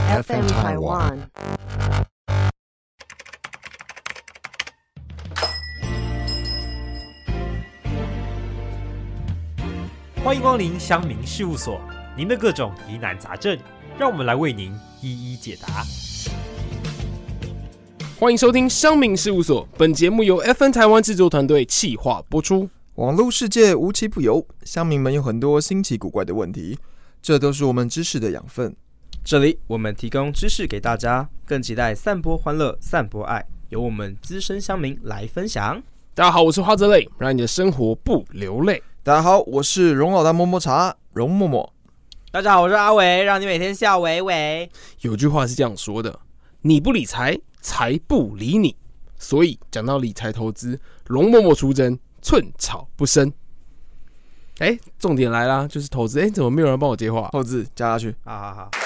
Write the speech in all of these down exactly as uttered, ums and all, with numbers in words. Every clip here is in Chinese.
F M Taiwan。 欢迎光临乡民事务所，您的各种疑难杂症，让我们来为您一一解答。 欢迎收听乡民事务所，本节目由 F N 台湾制作团队企划播出。 网络世界无奇不有，乡民们有很多新奇古怪的问题，这都是我们知识的养分。 这里我们提供知识给大家，更期待散播欢乐、散播爱，由我们资深乡民来分享。 大家好，我是花泽类，让你的生活不流泪。 大家好，我是荣老大摸摸茶，荣默默。 大家好，我是阿伟，让你每天笑微微。 有句话是这样说的：你不理财，财不理你。所以讲到理财投资，容嬷嬷出征，寸草不生。哎、欸，重点来啦，就是投资。哎、欸，怎么没有人帮我接话？ 投资加下去。 好好好。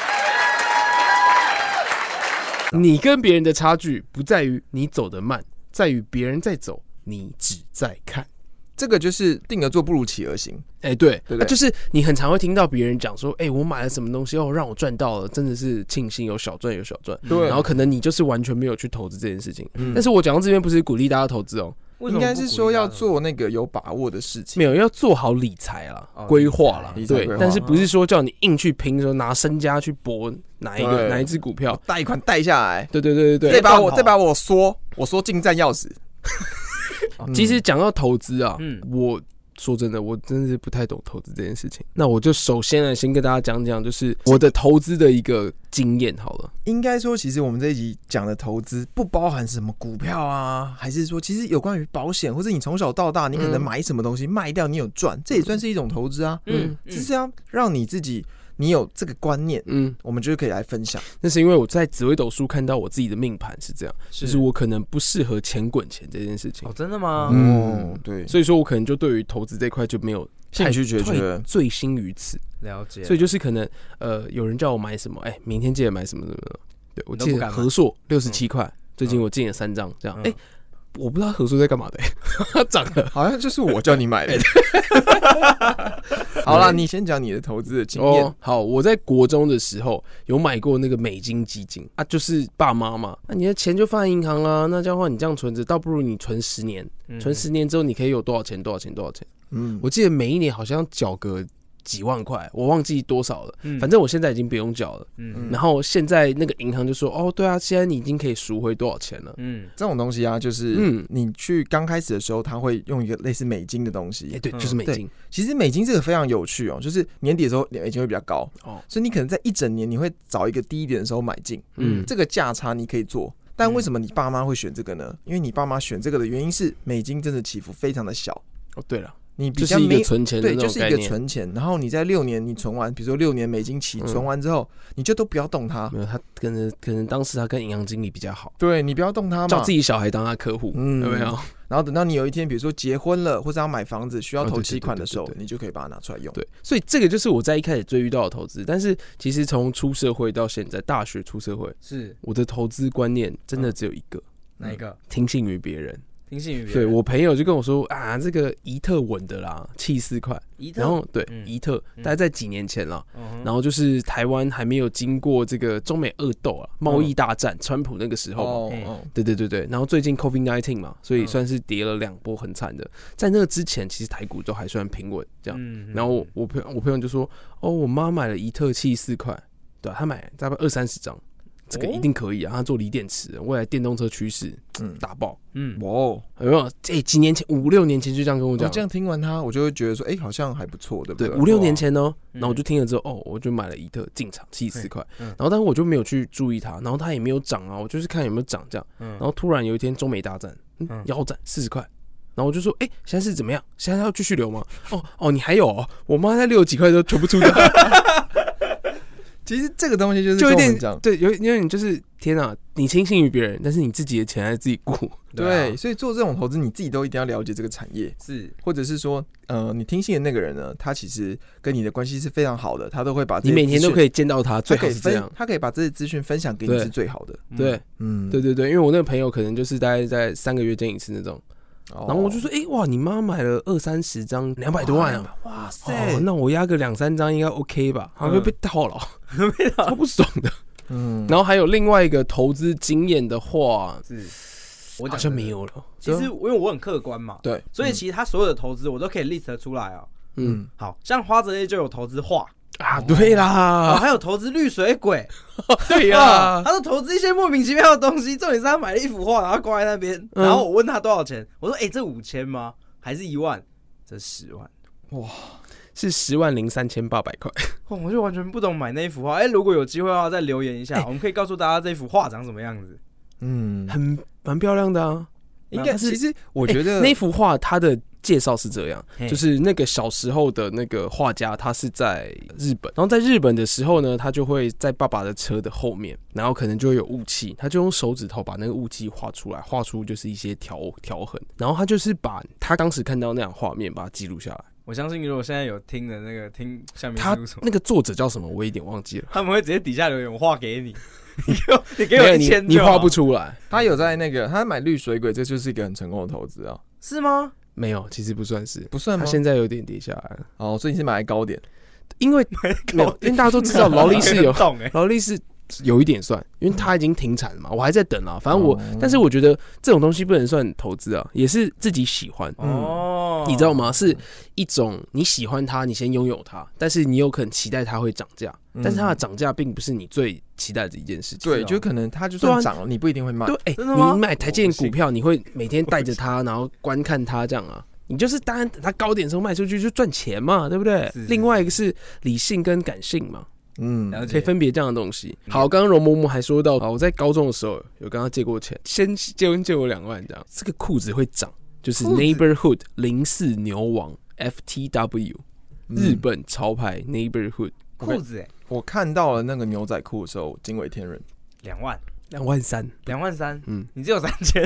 你跟别人的差距不在于你走得慢，在于别人在走，你只在看。 这个就是定而坐不如起而行。 哎、欸，对， 对不对、 啊？就是你很常会听到别人讲说，哎、欸，我买了什么东西哦，让我赚到了，真的是庆幸有小赚有小赚。 对， 然后可能你就是完全没有去投资这件事情。嗯、但是我讲到这边不是鼓励大家投资哦， 应该是说要做那个有把握的事情， 没有要做好理财啦、规划啦，对，但是不是说叫你硬去拼，说拿身家去搏哪一个哪一只股票， 贷款贷下来， 对对对对对， 再把我再把我说我说进站钥匙。 其实讲到投资啊，嗯、我说真的，我真的是不太懂投资这件事情。那我就首先呢，先跟大家讲讲，就是我的投资的一个经验好了。 应该说，其实我们这一集讲的投资不包含什么股票啊，还是说，其实有关于保险，或者你从小到大你可能买什么东西、嗯、卖掉，你有赚，这也算是一种投资啊。嗯，只是要让你自己。你有这个观念，嗯，我们就可以来分享。 那是因为我在紫微斗数看到我自己的命盘是这样，是就是我可能不适合钱滚钱这件事情。 哦，真的吗？ 嗯， 哦，对， 所以说我可能就对于投资这块就没有兴趣解决， 醉心于此。 了解。 所以就是可能呃，有人叫我买什么，哎、欸，明天记得买什么什么的。对，我记得和硕六十七块，最近我进了三张，这样，哎、嗯。欸我不知道和硕在干嘛的、欸，涨了， 好像就是我叫你买的。好啦，你先讲你的投资的经验、哦。 好，我在国中的时候有买过那个美金基金啊，就是爸妈嘛，那、啊、你的钱就放在银行啊，那这样的话你这样存着，倒不如你存十年，存十年之后你可以有多少钱，多少钱，多少钱。嗯，我记得每一年好像缴个几万块，我忘记多少了、嗯，反正我现在已经不用缴了。嗯，然后现在那个银行就说，哦，对啊，现在你已经可以赎回多少钱了。嗯， 这种东西啊，就是你去刚开始的时候，他会用一个类似美金的东西。 哎、欸，对，就是美金。 其实美金这个非常有趣哦，就是年底的时候美金会比较高，哦，所以你可能在一整年你会找一个低一点的时候买进。嗯，这个价差你可以做。但为什么你爸妈会选这个呢？因为你爸妈选这个的原因是美金真的起伏非常的小。 哦，对了。 你比较没就是一个存钱的那对，就是种概念， 一个存钱。然后你在六年你存完，比如说六年美金期存完之后、嗯，你就都不要动它。 没有，他可能可能当时他跟银行经理比较好， 对你不要动它嘛， 叫自己小孩当他客户，嗯，有没有？ 然后等到你有一天，比如说结婚了，或者要买房子需要头期款的时候，你就可以把它拿出来用。 对，所以这个就是我在一开始最遇到的投资。但是其实从出社会到现在，大学出社会，是我的投资观念真的只有一个， 哪一个？ 听信于别人。 听信于别人。 对，我朋友就跟我说啊，这个宜特稳的啦，七四块。宜特，然后对，宜、嗯、特大概在几年前了、嗯，然后就是台湾还没有经过这个中美恶斗啊，贸易大战，川普那个时候嘛、哦，对对对对，然后最近 COVID 十九 嘛，所以算是跌了两波很惨的。在那个之前，其实台股都还算平稳这样。嗯、然后我朋我朋友就说，哦，我妈买了宜特七四块，对、啊，她买大概二三十张。这个一定可以啊！他做锂电池，未来电动车趋势，嗯，打爆，嗯，哇，有没有？哎、欸，几年前，五六年前就这样跟我讲、哦。 这样听完他，我就会觉得说，哎、欸，好像还不错，对不对？ 对，五六年前哦，然后我就听了之后，哦，我就买了宜特进场七十四块，然后但是我就没有去注意它，然后它也没有涨啊，我就是看有没有涨这样，然后突然有一天中美大战，嗯，腰斩四十块。然后我就说，哎、欸，现在是怎么样？现在要继续留吗？哦哦，你还有哦，我妈在六十几块都全部出掉。 其实这个东西就是就有点对，有因为你就是天啊，你轻信于别人，但是你自己的钱还自己顾。 对，对啊，所以做这种投资，你自己都一定要了解这个产业，是，或者是说，呃，你听信的那个人呢，他其实跟你的关系是非常好的，他都会把这些你每天都可以见到他，最好是这样， 他可以把这些资讯分享给你是最好的。 对，嗯，对对对，因为我那个朋友可能就是大概在三个月见一次那种。然后我就说，哎、欸、哇，你妈买了二三十张，两百多万啊！哇塞、哦，那我压个两三张应该 OK 吧？好像被套牢，超不爽的。 嗯，然后还有另外一个投资经验的话， 是我好像没有了。 其实因为我很客观嘛， 对， 所以其实他所有的投资我都可以 list 得出来啊。嗯，好像花泽类就有投资画啊，对啦， 哦、还有投资绿水鬼， 对呀， 他都投资一些莫名其妙的东西。重点是他买了一幅画，然后挂在那边，嗯、然后我问他多少钱，我说：“哎、欸，这五千吗？还是一万？这十万？ 哇，是十万零三千八百块。 哦，我就完全不懂买那一幅画。哎、欸，如果有机会的话，再留言一下，欸、我们可以告诉大家这幅画长什么样子。 嗯，很蛮漂亮的啊。 应该其实我觉得、 欸、那幅画它的。介绍是这样，就是那个小时候的那个画家，他是在日本，然后在日本的时候呢，他就会在爸爸的车的后面，然后可能就会有雾气，他就用手指头把那个雾气画出来，画出就是一些条条痕，然后他就是把他当时看到那样画面把它记录下来。 我相信如果现在有听的那个听下面他那个作者叫什么，我有点忘记了， 他们会直接底下留言，我画给你。你给我，你给我一千， 你画不出来。 他有在那个，他买绿水鬼，这就是一个很成功的投资啊， 是吗？ 没有，其实不算是， 不算吗？ 他现在有点跌下来了。 哦，所以你是买在高点， 因为没有，因为大家都知道劳力士有，劳力士有一点算，因为他已经停产了嘛，我还在等啊。反正我，哦、但是我觉得这种东西不能算投资啊，也是自己喜欢。哦，你知道吗？是一种你喜欢它，你先拥有它，但是你有可能期待它会涨价，嗯、但是它的涨价并不是你最期待的一件事情。 对，就可能它就算涨了，你不一定会卖。 对，哎、欸，你买台积电股票，你会每天带着它，然后观看它这样啊。你就是当然等它高点的时候卖出去就赚钱嘛，对不对？另外一个是理性跟感性嘛，嗯，可以分别这样的东西。好，刚刚容嬷嬷还说到，我在高中的时候有跟他借过钱，先借借我两万这样。这个裤子会涨，就是 Neighborhood 零四牛王 F T W，、嗯、日本潮牌 Neighborhood 裤子、欸。 我看到了那个牛仔裤的时候，惊为天人， 两万。 两万三， 两万三，嗯，你只有三千，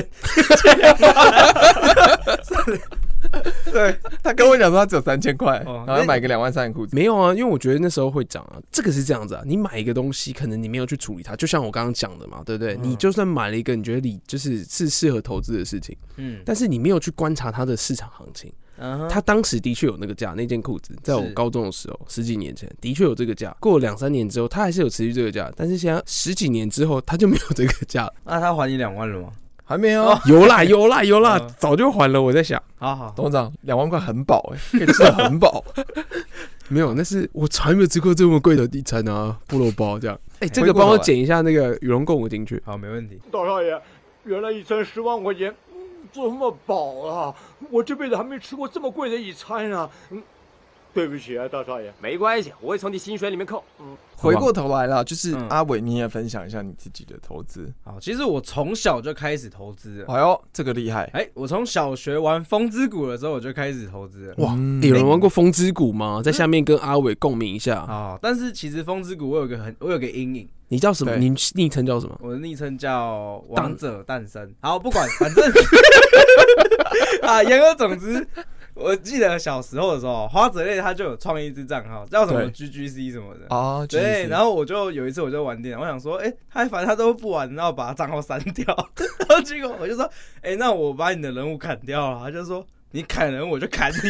对，他跟我讲说他只有三千块，然后买个两万三的裤子， 没有啊，因为我觉得那时候会涨啊，这个是这样子啊，你买一个东西，可能你没有去处理它，就像我刚刚讲的嘛，对不对？嗯、你就算买了一个你觉得你就是是适合投资的事情，嗯，但是你没有去观察它的市场行情。Uh-huh. 他当时的确有那个价，那件裤子在我高中的时候，十几年前的确有这个价。过了两三年之后，他还是有持续这个价，但是现在十几年之后，他就没有这个价了。 那他还你两万了吗？ 还没有， 哦、有啦有啦有啦，呃、早就还了。我在想， 好好， 董事长，两万块很饱哎、欸，可以吃得很饱。 没有，那是我从来没有吃过这么贵的底餐啊，菠萝包这样。哎、欸，这个帮我剪一下那个羽绒共舞进去。 好，没问题。 大少爷，原来一餐十万块钱。这么饱啊！我这辈子还没吃过这么贵的一餐啊！嗯，对不起啊，大少爷。 没关系，我会从你薪水里面扣。 嗯，回过头来了，就是阿伟，你也分享一下你自己的投资。 好，其实我从小就开始投资了。 哎呦，这个厉害！ 哎、欸，我从小学玩风之谷的时候我就开始投资了。 哇，嗯、有人玩过风之谷吗？在下面跟阿伟共鸣一下啊、嗯！但是其实风之谷我有个很，我有个阴影。 你叫什么？你昵称叫什么？ 我的昵称叫王者诞生。好，不管，反正啊，言而总之，我记得小时候的时候，花泽类他就有创一支账号，叫什么 G G C 什么的啊。Oh, 对，然后我就有一次我就玩电脑，我想说，哎、欸，他反正他都不玩，然后把他账号删掉。然后结果我就说，哎、欸，那我把你的人物砍掉了。他就说，你砍人我就砍你。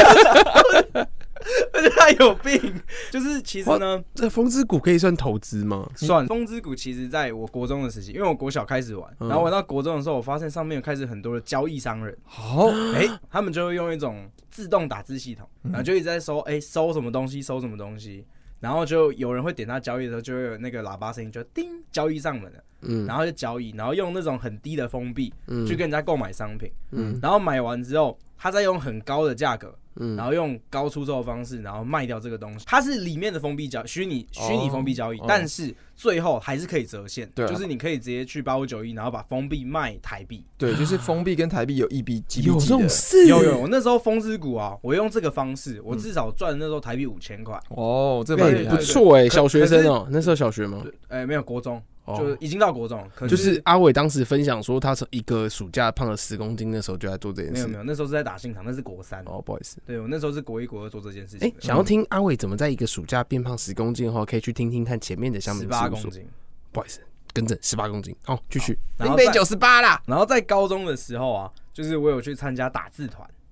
我觉得他有病，就是其实呢， 这风之谷可以算投资吗？ 算。风之谷其实在我国中的时期，因为我国小开始玩，嗯、然后玩到国中的时候，我发现上面开始很多的交易商人，好，哎、欸，他们就会用一种自动打字系统，然后就一直在搜，哎、欸，搜什么东西，搜什么东西，然后就有人会点他交易的时候，就会有那个喇叭声音，就叮，交易上门了。嗯，然后就交易，然后用那种很低的封闭，嗯，去跟人家购买商品，嗯，然后买完之后，他再用很高的价格，嗯，然后用高出售的方式，然后卖掉这个东西。它是里面的封闭交虚拟虚拟封闭交易，哦、但是最后还是可以折现，对、啊，就是你可以直接去八五九一，然后把封闭卖台币。 对，就是封闭跟台币有一比几比有这种事？ 有有，我那时候风之谷啊，我用这个方式，我至少赚那时候台币五千块。 哦，这蛮厉害， 不错哎，小学生哦，那时候小学吗？ 哎、欸，没有，国中。就已经到国中了，可是就是阿伟当时分享说，他从一个暑假胖了十公斤，那时候就在做这件事。 没有没有，那时候是在打信场，那是国三。 哦，不好意思， 对我那时候是国一国二做这件事情。哎、 欸，想要听阿伟怎么在一个暑假变胖十公斤的话，可以去听听看前面的乡民事务所。十八公斤，不好意思，更正十八公斤。好，继续。 林北九十八啦。 然后在高中的时候啊，就是我有去参加打字团。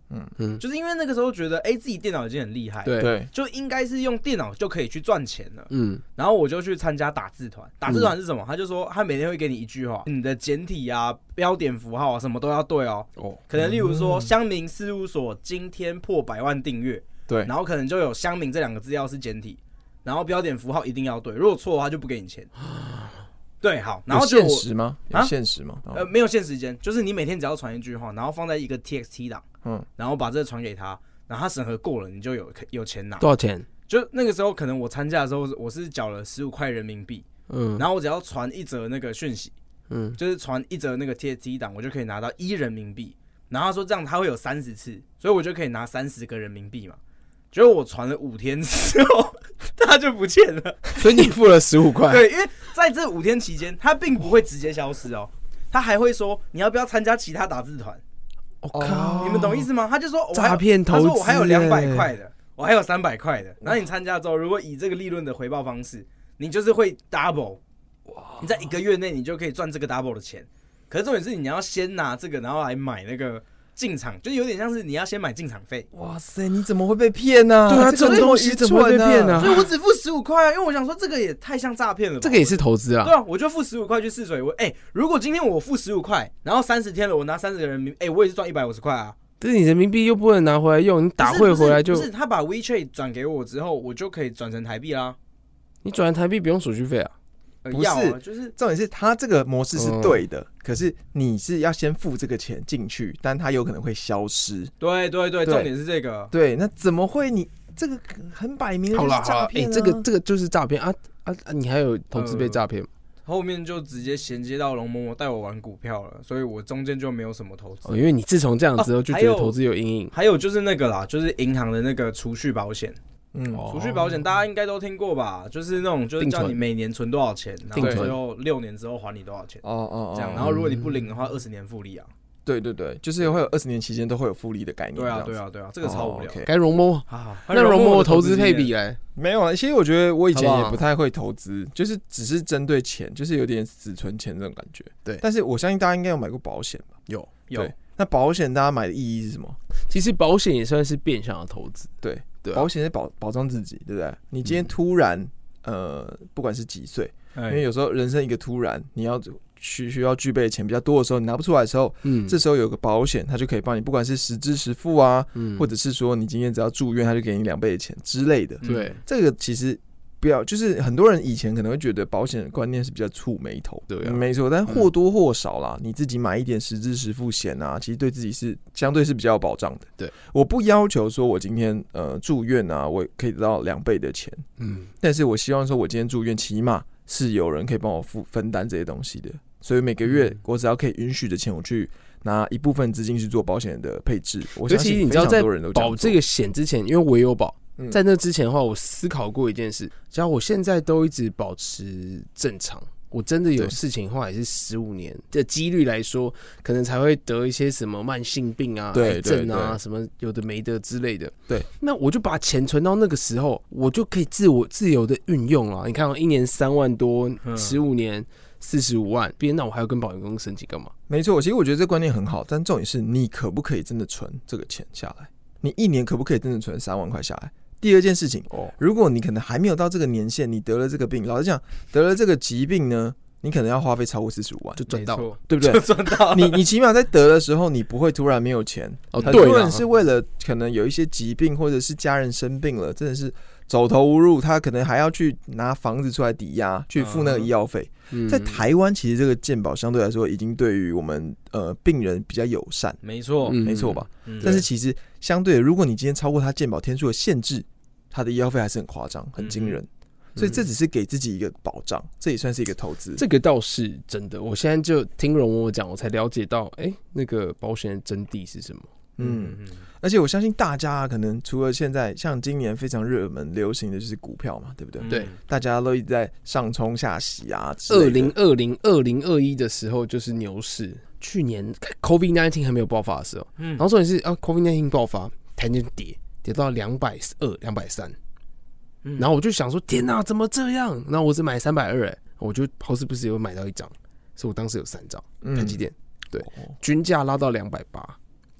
嗯嗯，就是因为那个时候觉得，哎、欸，自己电脑已经很厉害， 对， 就应该是用电脑就可以去赚钱了。嗯，然后我就去参加打字团，打字团是什么？嗯、他就说他每天会给你一句话，你的简体啊、标点符号啊什么都要对哦。哦，可能例如说乡民事务所今天破百万订阅， 对， 然后可能就有乡民这两个字要是简体，然后标点符号一定要对，如果错的话就不给你钱。对，好，然后就有限时吗？有限时吗？ 啊、呃，没有限时间，就是你每天只要传一句话，然后放在一个 T X T 档，嗯，然后把这个传给他，然后他审核过了，你就有有钱拿。 多少钱？ 就那个时候，可能我参加的时候，我是缴了十五块人民币，嗯，然后我只要传一则那个讯息，嗯，就是传一则那个 T X T 档，我就可以拿到一人民币。然后他说这样他会有三十次，所以我就可以拿三十个人民币嘛。结果我传了五天之后，他就不见了， 所以你付了十五块。 对，因为在这五天期间，他并不会直接消失哦，他还会说你要不要参加其他打字团？ 我、哦、靠， 你们懂意思吗？他就说诈骗投资， 他说我还有两百块的，我还有三百块的。然后你参加之后，如果以这个利润的回报方式，你就是会 double， 你在一个月内你就可以赚这个 double 的钱。可是重点是你要先拿这个，然后来买那个。进场就有点像是你要先买进场费。 哇塞，你怎么会被骗呢、啊？ 对啊，这种东西怎么会被骗呢、啊？ 所以我只付十五块啊，因为我想说这个也太像诈骗了吧。 这个也是投资啊。 对啊，我就付十五块去试水温。哎、欸，如果今天我付十五块，然后三十天了，我拿三十个人民币，哎、欸，我也是赚一百五十块啊。 但是你人民币又不能拿回来用，你打汇回来就不是他把 WeChat 转给我之后，我就可以转成台币啦。 你转成台币不用手续费啊？ 不是， 啊、就是重点是他这个模式是对的，嗯、可是你是要先付这个钱进去，但他有可能会消失。 对对对，重点是这个。 对，那怎么会你？这个很摆明的就是诈骗、啊。 哎、欸，这个这个就是诈骗啊啊啊！你还有投资被诈骗、呃？ 后面就直接衔接到龙嬷嬷带我玩股票了，所以我中间就没有什么投资、 哦。因为你自从这样之后就觉得投资有阴影、 啊。还有就是那个啦，就是银行的那个储蓄保险。嗯，储蓄保险大家应该都听过吧？就是那种就是叫你每年存多少钱，然后最后六年之后还你多少钱。哦哦这样。然后如果你不领的话，二十年复利啊。 对对对，就是会有二十年期间都会有复利的概念。 对啊对啊对啊，这个超无聊。 该容嬷，那容嬷投资配比嘞？ 没有啊，其实我觉得我以前也不太会投资，就是只是针对钱，就是有点死存钱这种感觉。 对， 但是我相信大家应该有买过保险吧？ 有有。 那保险大家买的意义是什么？ 其实保险也算是变相的投资。 对。对啊、保险是保保障自己，对不对？你今天突然，嗯、呃，不管是几岁，因为有时候人生一个突然，你要需需要具备的钱比较多的时候，你拿不出来的时候，嗯，这时候有个保险，它就可以帮你，不管是实支实付啊，嗯，或者是说你今天只要住院，它就给你两倍的钱之类的。 对， 这个其实不要，就是很多人以前可能会觉得保险的观念是比较触眉头， 对、啊， 没错，但或多或少啦，嗯、你自己买一点实支实付险啊，其实对自己是相对是比较有保障的。 对， 我不要求说我今天呃住院啊，我可以得到两倍的钱，嗯，但是我希望说我今天住院，起码是有人可以帮我付分担这些东西的，所以每个月我只要可以允许的钱，我去拿一部分资金去做保险的配置。我相信非常多人都这样做。 保这个险之前，因为我也有保。在那之前的话，我思考过一件事，只要我现在都一直保持正常，我真的有事情的话，也是十五年的几率来说，可能才会得一些什么慢性病啊、癌症啊，什么有的没的之类的。 对， 那我就把钱存到那个时候，我就可以自我自由的运用了。你看，一年三万多，十五年四十五万，别那我还要跟保险公司申请干嘛？ 没错，其实我觉得这观念很好，但重点是你可不可以真的存这个钱下来？你一年可不可以真的存三万块下来？第二件事情，如果你可能还没有到这个年限，你得了这个病，老实讲，得了这个疾病呢，你可能要花费超过四十五万， 就赚到， 对不对？ 就赚到。 你你起码在得的时候，你不会突然没有钱。 哦， 很多人是为了可能有一些疾病，或者是家人生病了，真的是走投无路，他可能还要去拿房子出来抵押，去付那个医药费。嗯、在台湾，其实这个健保相对来说已经对于我们呃病人比较友善， 没错， 没错吧？嗯、但是其实相对的，如果你今天超过他健保天数的限制，他的医药费还是很夸张、很惊人。嗯所以这只是给自己一个保障，这也算是一个投资。 这个倒是真的，我现在就听容嬷嬷讲，我才了解到，哎、欸，那个保险的真谛是什么。 嗯，而且我相信大家可能除了现在像今年非常热门流行的就是股票嘛，对不对？ 对， 大家都一直在上冲下洗啊。 二零二零、二零二一的时候就是牛市，去年 COVID 十九 还没有爆发的时候，嗯，然后重点是啊 COVID 十九 爆发，台积电跌跌到两百二、两百三。然后我就想说，天哪，怎么这样？然后我只买三百二，哎，我就好死不死有买到一张，所以我当时有三张台积电，对，均价拉到两百八，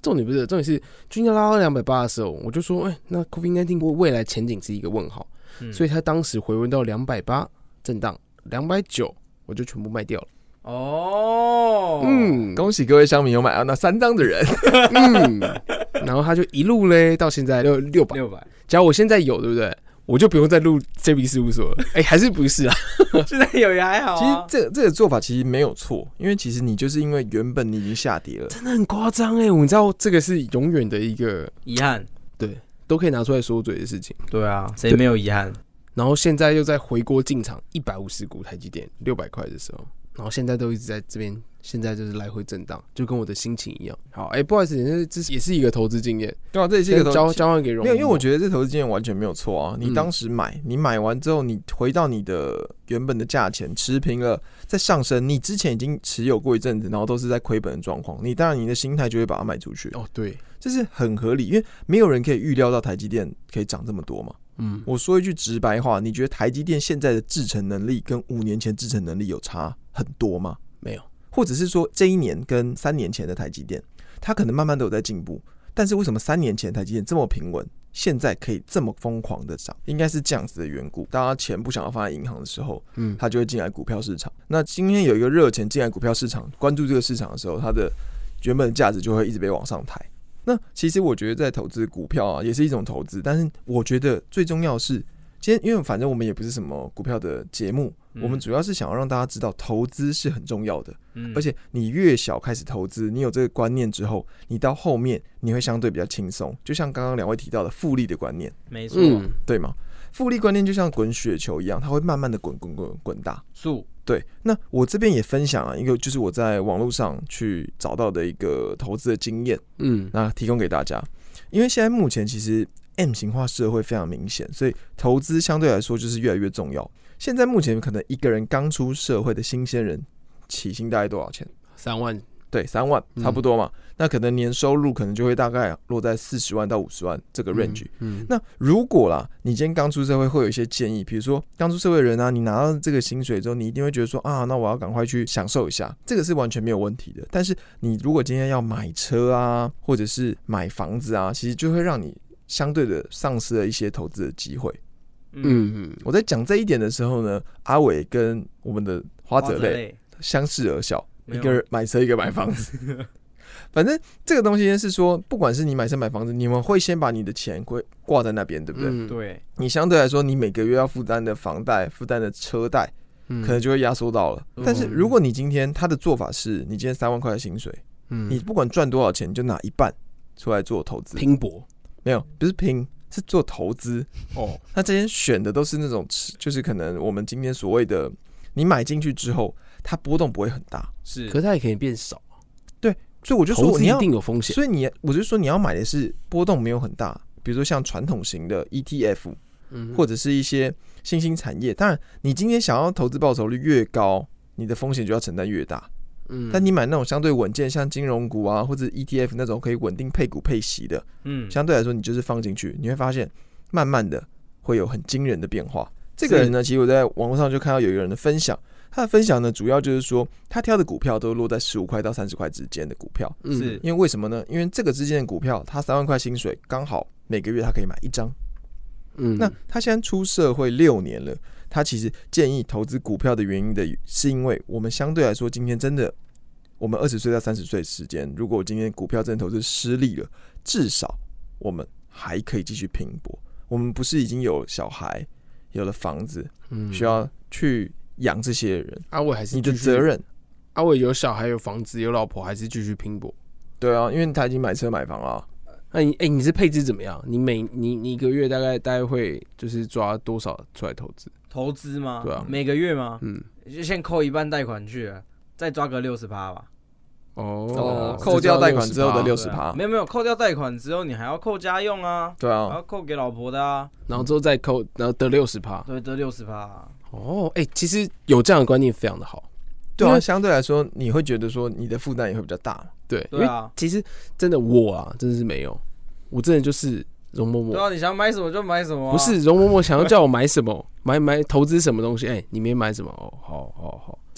重点不是，重点是均价拉到两百八的时候，我就说，哎、欸，那 COVID 十九 未来前景是一个问号，嗯、所以它当时回温到两百八震荡，两百九我就全部卖掉了。 哦，嗯，恭喜各位乡民有买到那三张的人， 嗯，然后他就一路嘞到现在六六百，六百。假如我现在有，对不对？我就不用再录 J B 事务所了。哎、欸，还是不是啊？ 现在有也还好、啊。 其实这这个做法其实没有错，因为其实你就是因为原本你已经下跌了， 真的很夸张哎！你知道这个是永远的一个遗憾， 对，都可以拿出来说嘴的事情。 对啊，谁没有遗憾？ 然后现在又在回锅进场一百五十股台积电六百块的时候。然后现在都一直在这边，现在就是来回震荡，就跟我的心情一样。好，哎、欸，不好意思，这也是一个投资经验， 对啊，这也是一个投交交换给荣。 没有，因为我觉得这投资经验完全没有错啊。你当时买，嗯、你买完之后，你回到你的原本的价钱持平了，再上升，你之前已经持有过一阵子，然后都是在亏本的状况，你当然你的心态就会把它卖出去。 哦，对， 这是很合理，因为没有人可以预料到台积电可以涨这么多嘛。嗯，我说一句直白话，你觉得台积电现在的制程能力跟五年前制程能力有差很多吗？ 没有， 或者是说这一年跟三年前的台积电，它可能慢慢都有在进步，但是为什么三年前台积电这么平稳，现在可以这么疯狂的涨？应该是这样子的缘故。大家钱不想要放在银行的时候，嗯，他就会进来股票市场。那今天有一个热钱进来股票市场，关注这个市场的时候，它的原本的价值就会一直被往上抬。那其实我觉得在投资股票啊，也是一种投资，但是我觉得最重要的是，今天因为反正我们也不是什么股票的节目。我们主要是想要让大家知道投资是很重要的，嗯、而且你越小开始投资，你有这个观念之后，你到后面你会相对比较轻松。就像刚刚两位提到的复利的观念， 没错、嗯， 对吗？复利观念就像滚雪球一样，它会慢慢的滚滚滚滚大。 速对，那我这边也分享了一个，就是我在网络上去找到的一个投资的经验，嗯，那提供给大家。因为现在目前其实 M 型化社会非常明显，所以投资相对来说就是越来越重要。现在目前可能一个人刚出社会的新鲜人，起薪大概多少钱？ 三万， 对，三万差不多嘛。嗯、那可能年收入可能就会大概落在四十万到五十万这个 range。嗯嗯、那如果啦，你今天刚出社会，会有一些建议，比如说刚出社会的人啊，你拿到这个薪水之后，你一定会觉得说啊，那我要赶快去享受一下，这个是完全没有问题的。但是你如果今天要买车啊，或者是买房子啊，其实就会让你相对的丧失了一些投资的机会。嗯嗯，我在讲这一点的时候呢，阿伟跟我们的花泽类相视而笑，一个人买车，一个买房子。反正这个东西是说，不管是你买车买房子，你们会先把你的钱挂在那边，对不对？嗯、 对。 你相对来说，你每个月要负担的房贷、负担的车贷，可能就会压缩到了。嗯、但是如果你今天他的做法是，你今天三万块的薪水，嗯、你不管赚多少钱，你就拿一半出来做投资， 拼搏。 没有，不是拼。是做投资哦，那这些选的都是那种，就是可能我们今天所谓的，你买进去之后，它波动不会很大， 是，可是它也可以变少， 对，所以我就说你要投资一定有风险， 所以你我就说你要买的是波动没有很大，比如说像传统型的 E T F，嗯、或者是一些新兴产业。当然，你今天想要投资报酬率越高，你的风险就要承担越大。嗯、但你买那种相对稳健，像金融股啊，或者 E T F 那种可以稳定配股配息的，嗯，相对来说你就是放进去，你会发现慢慢的会有很惊人的变化。这个人呢，其实我在网络上就看到有一个人的分享，他的分享呢，主要就是说他挑的股票都落在十五块到三十块之间的股票，是因为为什么呢？因为这个之间的股票，他三万块薪水刚好每个月他可以买一张。嗯，那他现在出社会六年了，他其实建议投资股票的原因的是因为我们相对来说，今天真的我们二十岁到三十岁时间，如果我今天股票真的投资失利了，至少我们还可以继续拼搏。我们不是已经有小孩，有了房子，嗯、需要去养这些人。 阿伟还是你的责任。 阿伟有小孩、有房子、有老婆，还是继续拼搏？ 对啊，因为他已经买车买房了。 那你哎、欸，你是配置怎么样？你每你你一个月大概大概会就是抓多少出来投资？ 投资吗？ 对啊， 每个月吗？嗯，就先扣一半贷款去了，再抓个六十趴吧。 哦，扣掉贷款之后的六十趴， 没有没有，扣掉贷款之后，你还要扣家用啊， 对啊， 还要扣给老婆的啊， 然后之后再扣，然后得六十趴， 对，得六十趴。 哦，哎、欸，其实有这样的观念非常的好。 对啊，相对来说，你会觉得说你的负担也会比较大。 对，对啊，因为其实真的我啊，真的是没有，我真的就是容嬷嬷。 对啊，你想买什么就买什么、啊。 不是容嬷嬷想要叫我买什么，买买投资什么东西，哎、欸，你没买什么哦，好好好。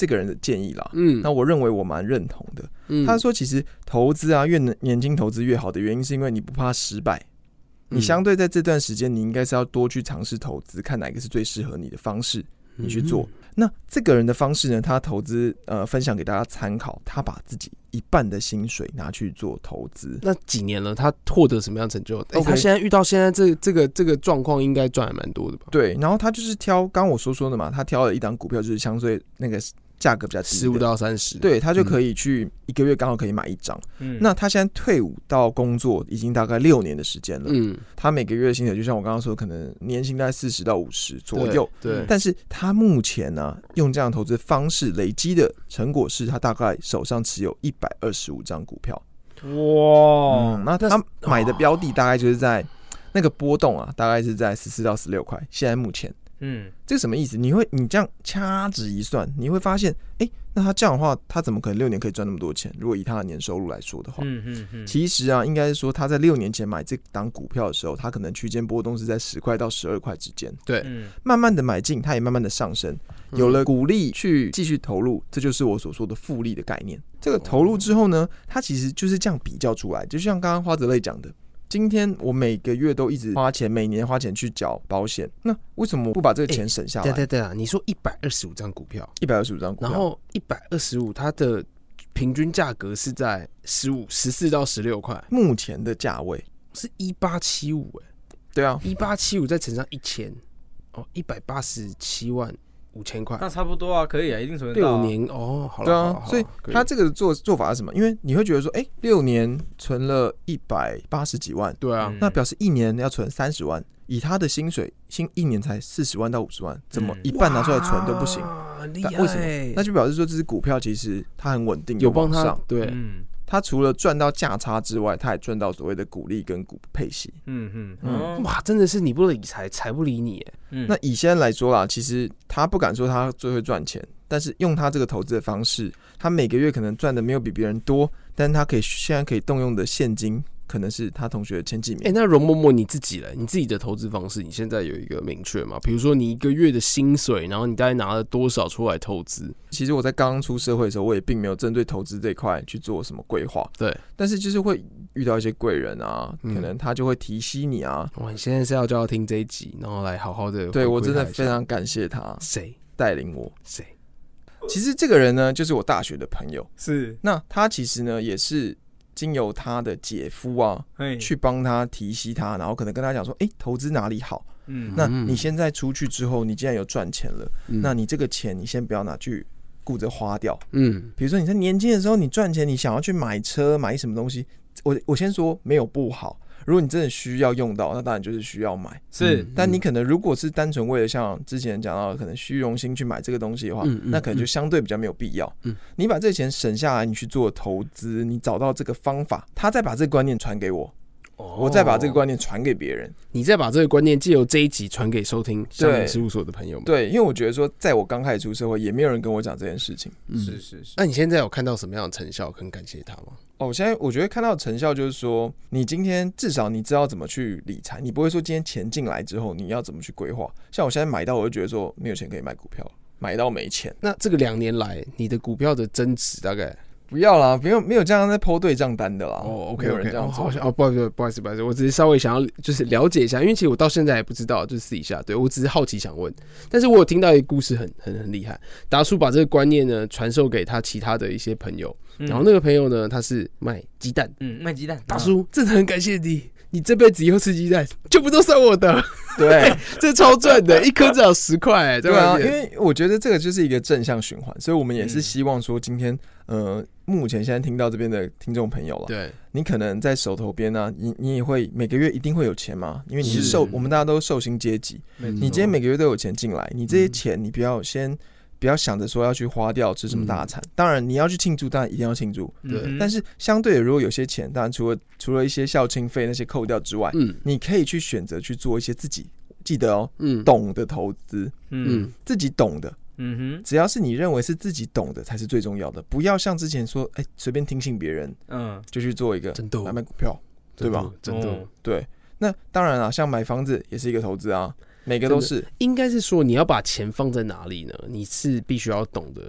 这个人的建议啦， 嗯， 那我认为我蛮认同的。 嗯， 他说，其实投资啊，越年轻投资越好的原因，是因为你不怕失败。你相对在这段时间，你应该是要多去尝试投资，看哪个是最适合你的方式，你去做。嗯、那这个人的方式呢，他投资呃分享给大家参考，他把自己一半的薪水拿去做投资。 那几年了，他获得什么样成就？欸 okay, 他现在遇到现在这这个这个状况，应该赚还蛮多的吧？ 对，然后他就是挑，刚刚我所说的嘛，他挑了一档股票，就是相对那个价格比较低的， 十五到三十， 对，他就可以去一个月刚好可以买一张。嗯，那他现在退伍到工作已经大概六年的时间了。嗯，他每个月的薪水就像我刚刚说，可能年薪大概四十到五十左右。 对，对， 但是他目前呢、啊，用这样的投资方式累积的成果是，他大概手上持有一百二十五张股票。哇、嗯，那他买的标的大概就是在那个波动啊，大概是在十四到十六块。现在目前。嗯，这个什么意思？你会你这样掐指一算，你会发现，哎、欸，那他这样的话，他怎么可能六年可以赚那么多钱？如果以他的年收入来说的话，嗯嗯嗯，其实啊，应该是说他在六年前买这档股票的时候，他可能区间波动是在十块到十二块之间。对，嗯、慢慢的买进，他也慢慢的上升，有了鼓励去继续投入，这就是我所说的复利的概念。这个投入之后呢，它其实就是这样比较出来，就像刚刚花泽类讲的。今天我每个月都一直花钱，每年花钱去缴保险，那为什么不把这个钱省下来？ 欸、对对对啊！你说一百二十五张股票， 一百二十五张股票， 然后一百二十五，它的平均价格是在十五、十四到十六块， 目前的价位是一八七五，哎， 对啊， 一八七五再乘上一千，哦，一百八十七万。五千块， 那差不多啊，可以啊，一定存得到、 啊。六年哦，好了， 对啊， 好好所以他这个做做法是什么？因为你会觉得说，哎、欸，六年存了一百八十几万， 对啊， 那表示一年要存三十万，以他的薪水，薪一年才四十万到五十万，怎么一半拿出来存都不行？ 厉害！ 为什么？那就表示说，这支股票其实它很稳定， 有帮他对。 嗯他除了赚到价差之外，他也赚到所谓的股利跟股配息。 嗯嗯嗯，哇，真的是你不理财，财不理你耶。 嗯，那以现在来说啦，其实他不敢说他最会赚钱，但是用他这个投资的方式，他每个月可能赚的没有比别人多，但是他可以现在可以动用的现金。可能是他同学的前几名。 哎、欸，那容嬷嬷你自己嘞？你自己的投资方式，你现在有一个明确吗？比如说你一个月的薪水，然后你大概拿了多少出来投资？ 其实我在刚刚出社会的时候，我也并没有针对投资这一块去做什么规划。 对， 但是就是会遇到一些贵人啊，嗯、可能他就会提携你啊。 哇，你现在是要叫他听这一集，然后来好好的。 对我真的非常感谢他。 谁带领我？ 谁？ 其实这个人呢，就是我大学的朋友。 是， 那他其实呢，也是。经由他的姐夫啊，去帮他提携他，然后可能跟他讲说，哎、欸，投资哪里好？嗯，那你现在出去之后，你既然有赚钱了，嗯、那你这个钱你先不要拿去顾着花掉。嗯，比如说你在年轻的时候，你赚钱，你想要去买车，买什么东西，我我先说没有不好。如果你真的需要用到，那当然就是需要买。 是， 嗯、但你可能如果是单纯为了像之前讲到的可能虚荣心去买这个东西的话，嗯嗯、那可能就相对比较没有必要。嗯、你把这个钱省下来，你去做投资，你找到这个方法，他再把这个观念传给我。哦、我再把这个观念传给别人， 你再把这个观念借由这一集传给收听香民事务所的朋友们。 对，因为我觉得说，在我刚开始出社会，也没有人跟我讲这件事情。 嗯、是是是。那你现在有看到什么样的成效？很感谢他吗？ 哦，我现在我觉得看到的成效就是说，你今天至少你知道怎么去理财，你不会说今天钱进来之后你要怎么去规划。像我现在买到，我就觉得说没有钱可以买股票，买到没钱。 那这个两年来，你的股票的增值大概？ 不要啦，没有没有这样在po对账单的啦。 哦 ，OK， 没有人这样做。 哦，不好意思，不好意思，不好意思，我只是稍微想要就是了解一下，因为其实我到现在还不知道，就是私底下，对我只是好奇想问。但是我有听到一个故事很，很很厉害。达叔把这个观念呢传授给他其他的一些朋友，嗯、然后那个朋友呢，他是卖鸡蛋， 嗯，卖鸡蛋。 达叔，真的很感谢你。你这辈子以后吃鸡蛋，全部都算我的。 对， 这超赚的，一颗至少十块。 对啊，因为我觉得这个就是一个正向循环，所以我们也是希望说，今天呃，目前现在听到这边的听众朋友了， 对， 你可能在手头边呢、啊，你你也会每个月一定会有钱嘛，因为你是受，我们大家都受薪阶级，你今天每个月都有钱进来，你这些钱你不要先。不要想着说要去花掉吃什么大餐，嗯、当然你要去庆祝，当然一定要庆祝。对，但是相对的，如果有些钱，当然除了除了一些校庆费那些扣掉之外，嗯，你可以去选择去做一些自己记得哦，嗯，懂的投资，嗯，自己懂的，嗯哼，只要是你认为是自己懂的才是最重要的，不要像之前说，哎、欸，随便听信别人，嗯，就去做一个买卖股票，对吧？ 真的， 对。那当然啦，像买房子也是一个投资啊。每个都是， 应该是说你要把钱放在哪里呢？你是必须要懂的，对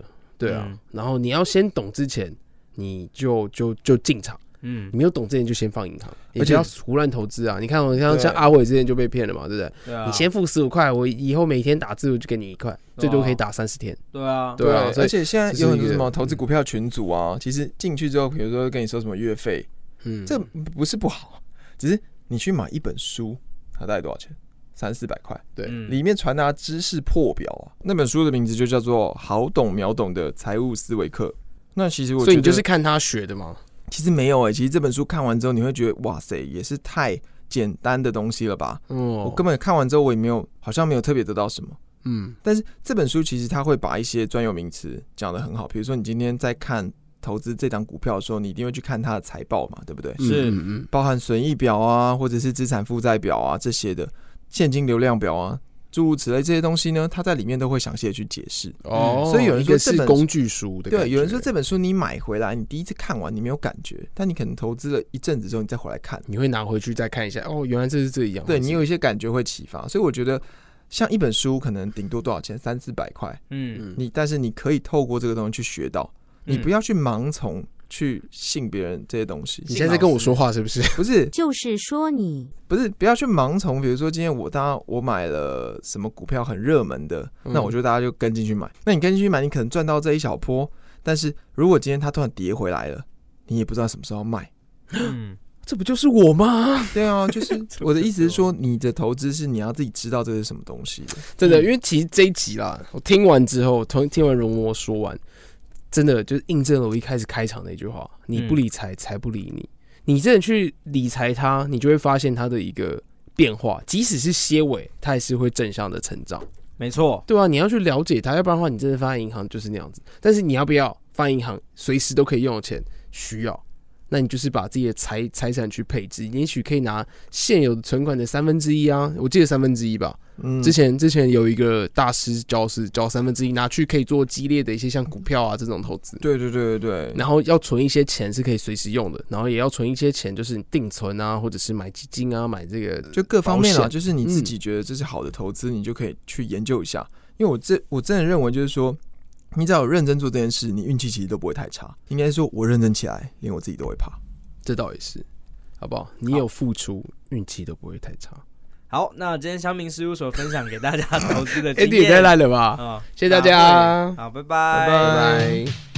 对啊，嗯、然后你要先懂之前，你就就就进场。嗯，你没有懂之前就先放银行，而且要胡乱投资啊！你看，我像像阿伟之前就被骗了嘛，对不对？对啊、你先付十五块，我以后每天打字我就给你一块，最多可以打三十天。 对啊， 对啊，而且现在有很多什么投资股票群组啊，其实进去之后，比如说跟你说什么月费，嗯，这不是不好，只是你去买一本书，它大概多少钱？三四百块，对，嗯、里面传达知识破表啊。那本书的名字就叫做《好懂秒懂的财务思维课》。那其实我觉得， 所以你就是看他学的吗？ 其实没有诶、欸，其实这本书看完之后，你会觉得哇塞，也是太简单的东西了吧？哦，我根本看完之后，我也没有，好像没有特别得到什么。嗯，但是这本书其实它会把一些专有名词讲得很好，比如说你今天在看投资这档股票的时候，你一定会去看它的财报嘛，对不对？ 是， 嗯，包含损益表啊，或者是资产负债表啊这些的，现金流量表啊。诸如此类这些东西呢，它在里面都会详细的去解释。哦，所以有人说这本是工具书的感觉， 对，有人说这本书你买回来，你第一次看完你没有感觉，但你可能投资了一阵子之后，你再回来看， 你会拿回去再看一下，哦，原来这是这样。 对，你有一些感觉会启发，所以我觉得像一本书可能顶多多少钱，三四百块，嗯，你但是你可以透过这个东西去学到，你不要去盲从。去信别人这些东西， 你现在在跟我说话是不是？ 不是， 就是说你不是不要去盲从。比如说今天我当我买了什么股票很热门的，嗯、那我觉得大家就跟进去买。那你跟进去买，你可能赚到这一小波，但是如果今天它突然跌回来了，你也不知道什么时候卖。 嗯，这不就是我吗？ 对啊，就是我的意思是说，你的投资是你要自己知道这是什么东西的。 真的，因为其实这一集啦，我听完之后，听完容嬷说完。真的就是印证了我一开始开场那句话：你不理财，财不理你。你真的去理财它，你就会发现它的一个变化，即使是些微，它还是会正向的成长。 没错， 对啊，你要去了解它，要不然的话，你真的放在银行就是那样子。但是你要不要放银行，随时都可以用的钱？需要。那你就是把自己的财财产去配置，你也许可以拿现有的存款的三分之一啊，我记得三分之一吧。嗯，之前之前有一个大师教是教三分之一拿去可以做激烈的一些像股票啊这种投资。 对对对对对。 然后要存一些钱是可以随时用的，然后也要存一些钱就是你定存啊，或者是买基金啊，买这个就各方面啊，就是你自己觉得这是好的投资，嗯、你就可以去研究一下。因为我这我真的认为就是说。你只要有认真做这件事，你运气其实都不会太差。应该说，我认真起来，连我自己都会怕。 这倒也是，好不好？你有付出，运气都不会太差。 好，那今天乡民事务所分享给大家投资的经验， 哎，你也太烂了吧！哦，谢谢大家， 好，拜拜， 拜拜。